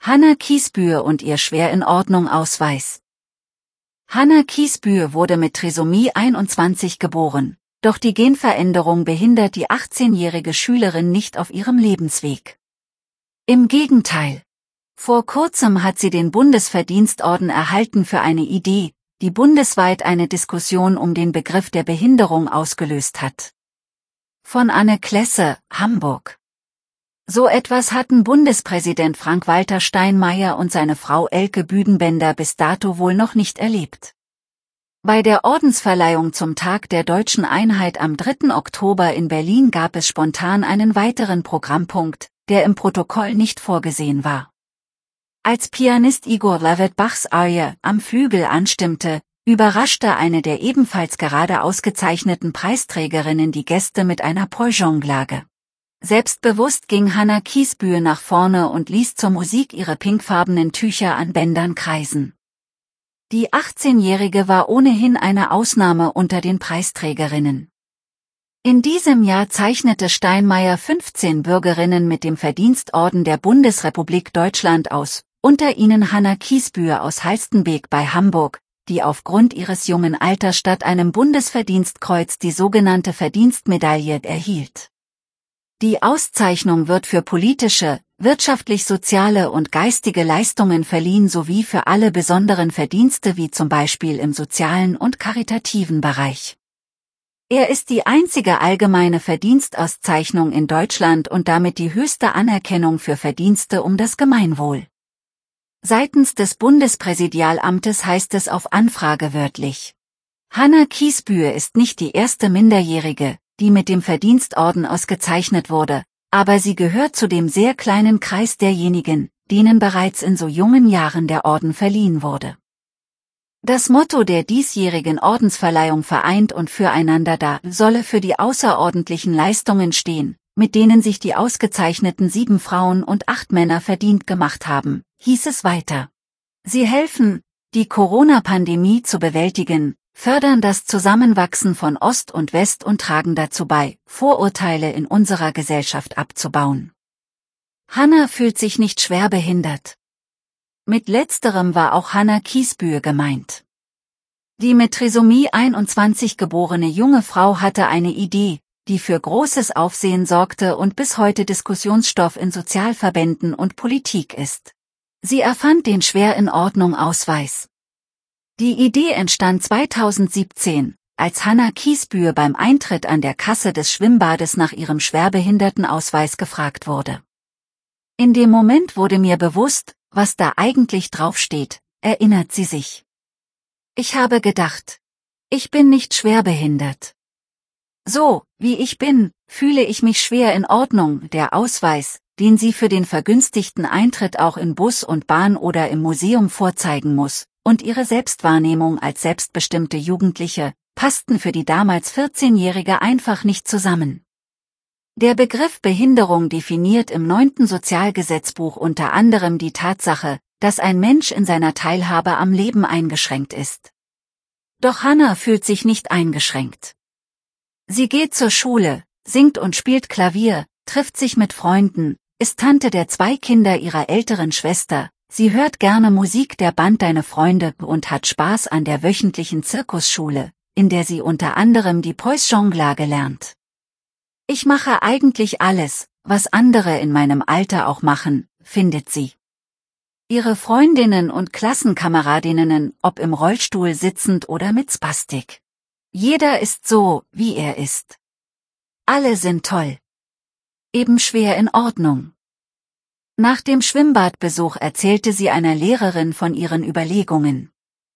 Hanna Kiesbühr und ihr Schwer-in-Ordnung-Ausweis. Hanna Kiesbühr wurde mit Trisomie 21 geboren, doch die Genveränderung behindert die 18-jährige Schülerin nicht auf ihrem Lebensweg. Im Gegenteil. Vor kurzem hat sie den Bundesverdienstorden erhalten für eine Idee, die bundesweit eine Diskussion um den Begriff der Behinderung ausgelöst hat. Von Anne Klesse, Hamburg. So etwas hatten Bundespräsident Frank-Walter Steinmeier und seine Frau Elke Büdenbender bis dato wohl noch nicht erlebt. Bei der Ordensverleihung zum Tag der Deutschen Einheit am 3. Oktober in Berlin gab es spontan einen weiteren Programmpunkt, der im Protokoll nicht vorgesehen war. Als Pianist Igor Levit Bachs Arie am Flügel anstimmte, überraschte eine der ebenfalls gerade ausgezeichneten Preisträgerinnen die Gäste mit einer Poisonglage. Selbstbewusst ging Hanna Kiesbühr nach vorne und ließ zur Musik ihre pinkfarbenen Tücher an Bändern kreisen. Die 18-Jährige war ohnehin eine Ausnahme unter den Preisträgerinnen. In diesem Jahr zeichnete Steinmeier 15 Bürgerinnen mit dem Verdienstorden der Bundesrepublik Deutschland aus, unter ihnen Hanna Kiesbühr aus Halstenbek bei Hamburg, die aufgrund ihres jungen Alters statt einem Bundesverdienstkreuz die sogenannte Verdienstmedaille erhielt. Die Auszeichnung wird für politische, wirtschaftlich-soziale und geistige Leistungen verliehen sowie für alle besonderen Verdienste wie zum Beispiel im sozialen und karitativen Bereich. Er ist die einzige allgemeine Verdienstauszeichnung in Deutschland und damit die höchste Anerkennung für Verdienste um das Gemeinwohl. Seitens des Bundespräsidialamtes heißt es auf Anfrage wörtlich: Hanna Kiesbühr ist nicht die erste Minderjährige, die mit dem Verdienstorden ausgezeichnet wurde, aber sie gehört zu dem sehr kleinen Kreis derjenigen, denen bereits in so jungen Jahren der Orden verliehen wurde. Das Motto der diesjährigen Ordensverleihung Vereint und füreinander da solle für die außerordentlichen Leistungen stehen, mit denen sich die ausgezeichneten 7 Frauen und 8 Männer verdient gemacht haben, hieß es weiter. Sie helfen, die Corona-Pandemie zu bewältigen, fördern das Zusammenwachsen von Ost und West und tragen dazu bei, Vorurteile in unserer Gesellschaft abzubauen. Hanna fühlt sich nicht schwer behindert. Mit letzterem war auch Hanna Kiesbühr gemeint. Die mit Trisomie 21 geborene junge Frau hatte eine Idee, die für großes Aufsehen sorgte und bis heute Diskussionsstoff in Sozialverbänden und Politik ist. Sie erfand den Schwer-in-Ordnung-Ausweis. Die Idee entstand 2017, als Hanna Kiesbühr beim Eintritt an der Kasse des Schwimmbades nach ihrem Schwerbehindertenausweis gefragt wurde. In dem Moment wurde mir bewusst, was da eigentlich draufsteht, erinnert sie sich. Ich habe gedacht, ich bin nicht schwerbehindert. So, wie ich bin, fühle ich mich schwer in Ordnung. Der Ausweis, den sie für den vergünstigten Eintritt auch in Bus und Bahn oder im Museum vorzeigen muss, und ihre Selbstwahrnehmung als selbstbestimmte Jugendliche, passten für die damals 14-Jährige einfach nicht zusammen. Der Begriff Behinderung definiert im 9. Sozialgesetzbuch unter anderem die Tatsache, dass ein Mensch in seiner Teilhabe am Leben eingeschränkt ist. Doch Hanna fühlt sich nicht eingeschränkt. Sie geht zur Schule, singt und spielt Klavier, trifft sich mit Freunden, ist Tante der 2 Kinder ihrer älteren Schwester. Sie hört gerne Musik der Band Deine Freunde und hat Spaß an der wöchentlichen Zirkusschule, in der sie unter anderem die Poisonglage lernt. Ich mache eigentlich alles, was andere in meinem Alter auch machen, findet sie. Ihre Freundinnen und Klassenkameradinnen, ob im Rollstuhl sitzend oder mit Spastik. Jeder ist so, wie er ist. Alle sind toll. Eben schwer in Ordnung. Nach dem Schwimmbadbesuch erzählte sie einer Lehrerin von ihren Überlegungen.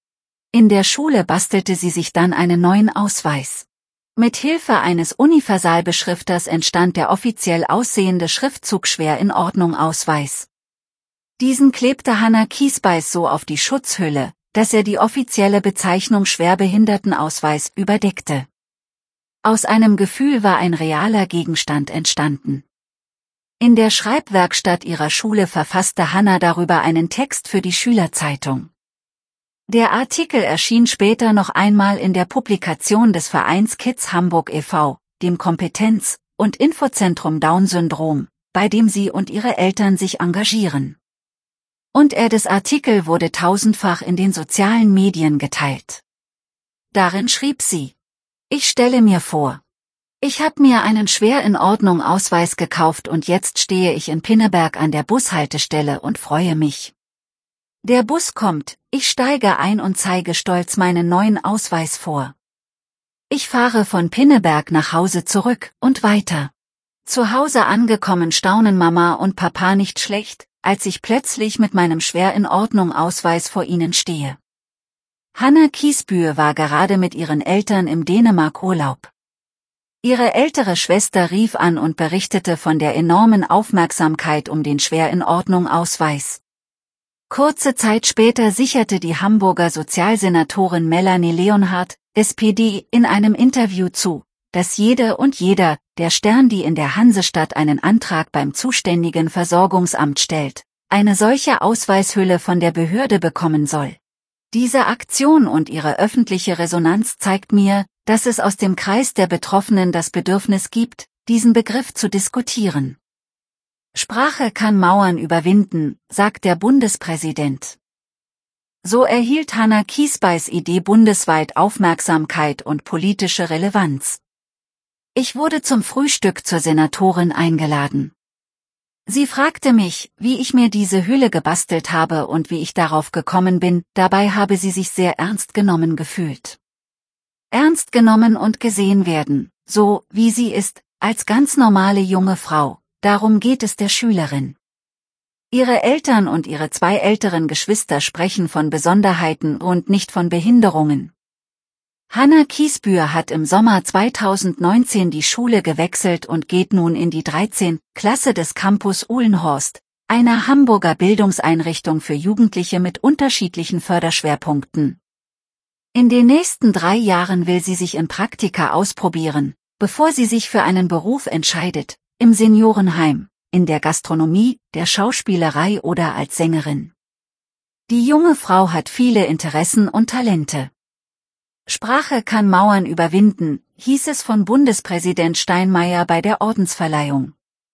In der Schule bastelte sie sich dann einen neuen Ausweis. Mit Hilfe eines Universalbeschrifters entstand der offiziell aussehende Schriftzug Schwer-in-Ordnung-Ausweis. Diesen klebte Hanna Kiesbühr so auf die Schutzhülle, dass er die offizielle Bezeichnung Schwerbehindertenausweis überdeckte. Aus einem Gefühl war ein realer Gegenstand entstanden. In der Schreibwerkstatt ihrer Schule verfasste Hanna darüber einen Text für die Schülerzeitung. Der Artikel erschien später noch einmal in der Publikation des Vereins Kids Hamburg e.V., dem Kompetenz- und Infozentrum Down-Syndrom, bei dem sie und ihre Eltern sich engagieren. Und des Artikel wurde tausendfach in den sozialen Medien geteilt. Darin schrieb sie: Ich stelle mir vor, ich habe mir einen schwer in Ordnung Ausweis gekauft und jetzt stehe ich in Pinneberg an der Bushaltestelle und freue mich. Der Bus kommt, ich steige ein und zeige stolz meinen neuen Ausweis vor. Ich fahre von Pinneberg nach Hause zurück und weiter. Zu Hause angekommen staunen Mama und Papa nicht schlecht, als ich plötzlich mit meinem schwer in Ordnung Ausweis vor ihnen stehe. Hanna Kiesbühr war gerade mit ihren Eltern im Dänemark Urlaub. Ihre ältere Schwester rief an und berichtete von der enormen Aufmerksamkeit um den schwer in Ordnung Ausweis. Kurze Zeit später sicherte die Hamburger Sozialsenatorin Melanie Leonhardt, SPD, in einem Interview zu, dass jede und jeder, der die in der Hansestadt einen Antrag beim zuständigen Versorgungsamt stellt, eine solche Ausweishülle von der Behörde bekommen soll. Diese Aktion und ihre öffentliche Resonanz zeigt mir, dass es aus dem Kreis der Betroffenen das Bedürfnis gibt, diesen Begriff zu diskutieren. Sprache kann Mauern überwinden, sagt der Bundespräsident. So erhielt Hanna Kiesbys Idee bundesweit Aufmerksamkeit und politische Relevanz. Ich wurde zum Frühstück zur Senatorin eingeladen. Sie fragte mich, wie ich mir diese Hülle gebastelt habe und wie ich darauf gekommen bin, dabei habe sie sich sehr ernst genommen gefühlt. Ernst genommen und gesehen werden, so wie sie ist, als ganz normale junge Frau, darum geht es der Schülerin. Ihre Eltern und ihre 2 älteren Geschwister sprechen von Besonderheiten und nicht von Behinderungen. Hanna Kiesbühr hat im Sommer 2019 die Schule gewechselt und geht nun in die 13. Klasse des Campus Uhlenhorst, einer Hamburger Bildungseinrichtung für Jugendliche mit unterschiedlichen Förderschwerpunkten. In den nächsten 3 Jahren will sie sich in Praktika ausprobieren, bevor sie sich für einen Beruf entscheidet, im Seniorenheim, in der Gastronomie, der Schauspielerei oder als Sängerin. Die junge Frau hat viele Interessen und Talente. Sprache kann Mauern überwinden, hieß es von Bundespräsident Steinmeier bei der Ordensverleihung.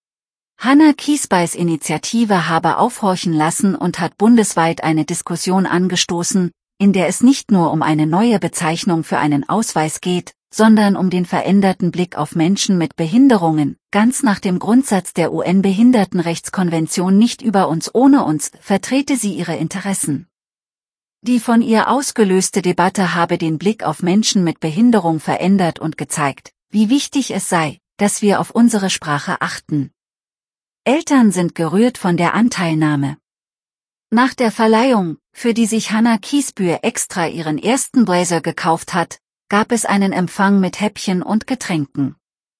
Hanna Kiesbys Initiative habe aufhorchen lassen und hat bundesweit eine Diskussion angestoßen, in der es nicht nur um eine neue Bezeichnung für einen Ausweis geht, sondern um den veränderten Blick auf Menschen mit Behinderungen, ganz nach dem Grundsatz der UN-Behindertenrechtskonvention nicht über uns ohne uns, vertrete sie ihre Interessen. Die von ihr ausgelöste Debatte habe den Blick auf Menschen mit Behinderung verändert und gezeigt, wie wichtig es sei, dass wir auf unsere Sprache achten. Eltern sind gerührt von der Anteilnahme. Nach der Verleihung, für die sich Hanna Kiesbühr extra ihren ersten Blazer gekauft hat, gab es einen Empfang mit Häppchen und Getränken.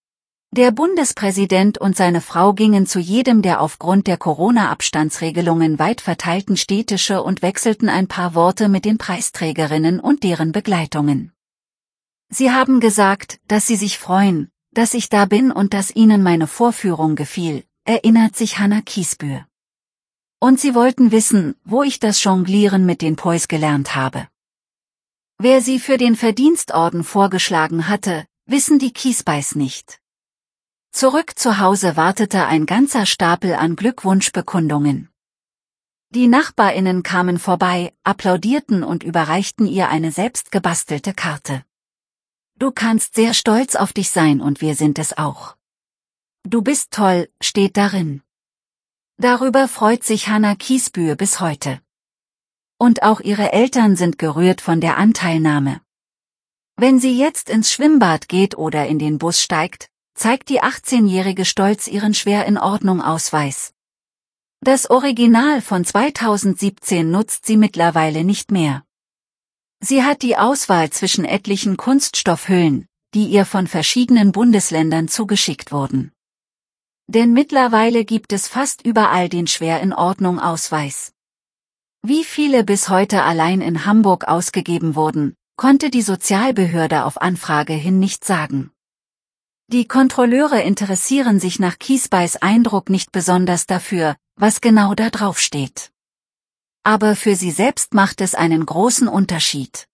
Der Bundespräsident und seine Frau gingen zu jedem der aufgrund der Corona-Abstandsregelungen weit verteilten Städtische und wechselten ein paar Worte mit den Preisträgerinnen und deren Begleitungen. Sie haben gesagt, dass sie sich freuen, dass ich da bin und dass ihnen meine Vorführung gefiel, erinnert sich Hanna Kiesbühr. Und sie wollten wissen, wo ich das Jonglieren mit den Pois gelernt habe. Wer sie für den Verdienstorden vorgeschlagen hatte, wissen die Kiesbys nicht. Zurück zu Hause wartete ein ganzer Stapel an Glückwunschbekundungen. Die NachbarInnen kamen vorbei, applaudierten und überreichten ihr eine selbstgebastelte Karte. Du kannst sehr stolz auf dich sein und wir sind es auch. Du bist toll, steht darin. Darüber freut sich Hanna Kiesbühr bis heute. Und auch ihre Eltern sind gerührt von der Anteilnahme. Wenn sie jetzt ins Schwimmbad geht oder in den Bus steigt, zeigt die 18-Jährige stolz ihren schwer in Ordnung Ausweis. Das Original von 2017 nutzt sie mittlerweile nicht mehr. Sie hat die Auswahl zwischen etlichen Kunststoffhüllen, die ihr von verschiedenen Bundesländern zugeschickt wurden. Denn mittlerweile gibt es fast überall den schwer in Ordnung Ausweis. Wie viele bis heute allein in Hamburg ausgegeben wurden, konnte die Sozialbehörde auf Anfrage hin nicht sagen. Die Kontrolleure interessieren sich nach Kiesbys Eindruck nicht besonders dafür, was genau da drauf steht. Aber für sie selbst macht es einen großen Unterschied.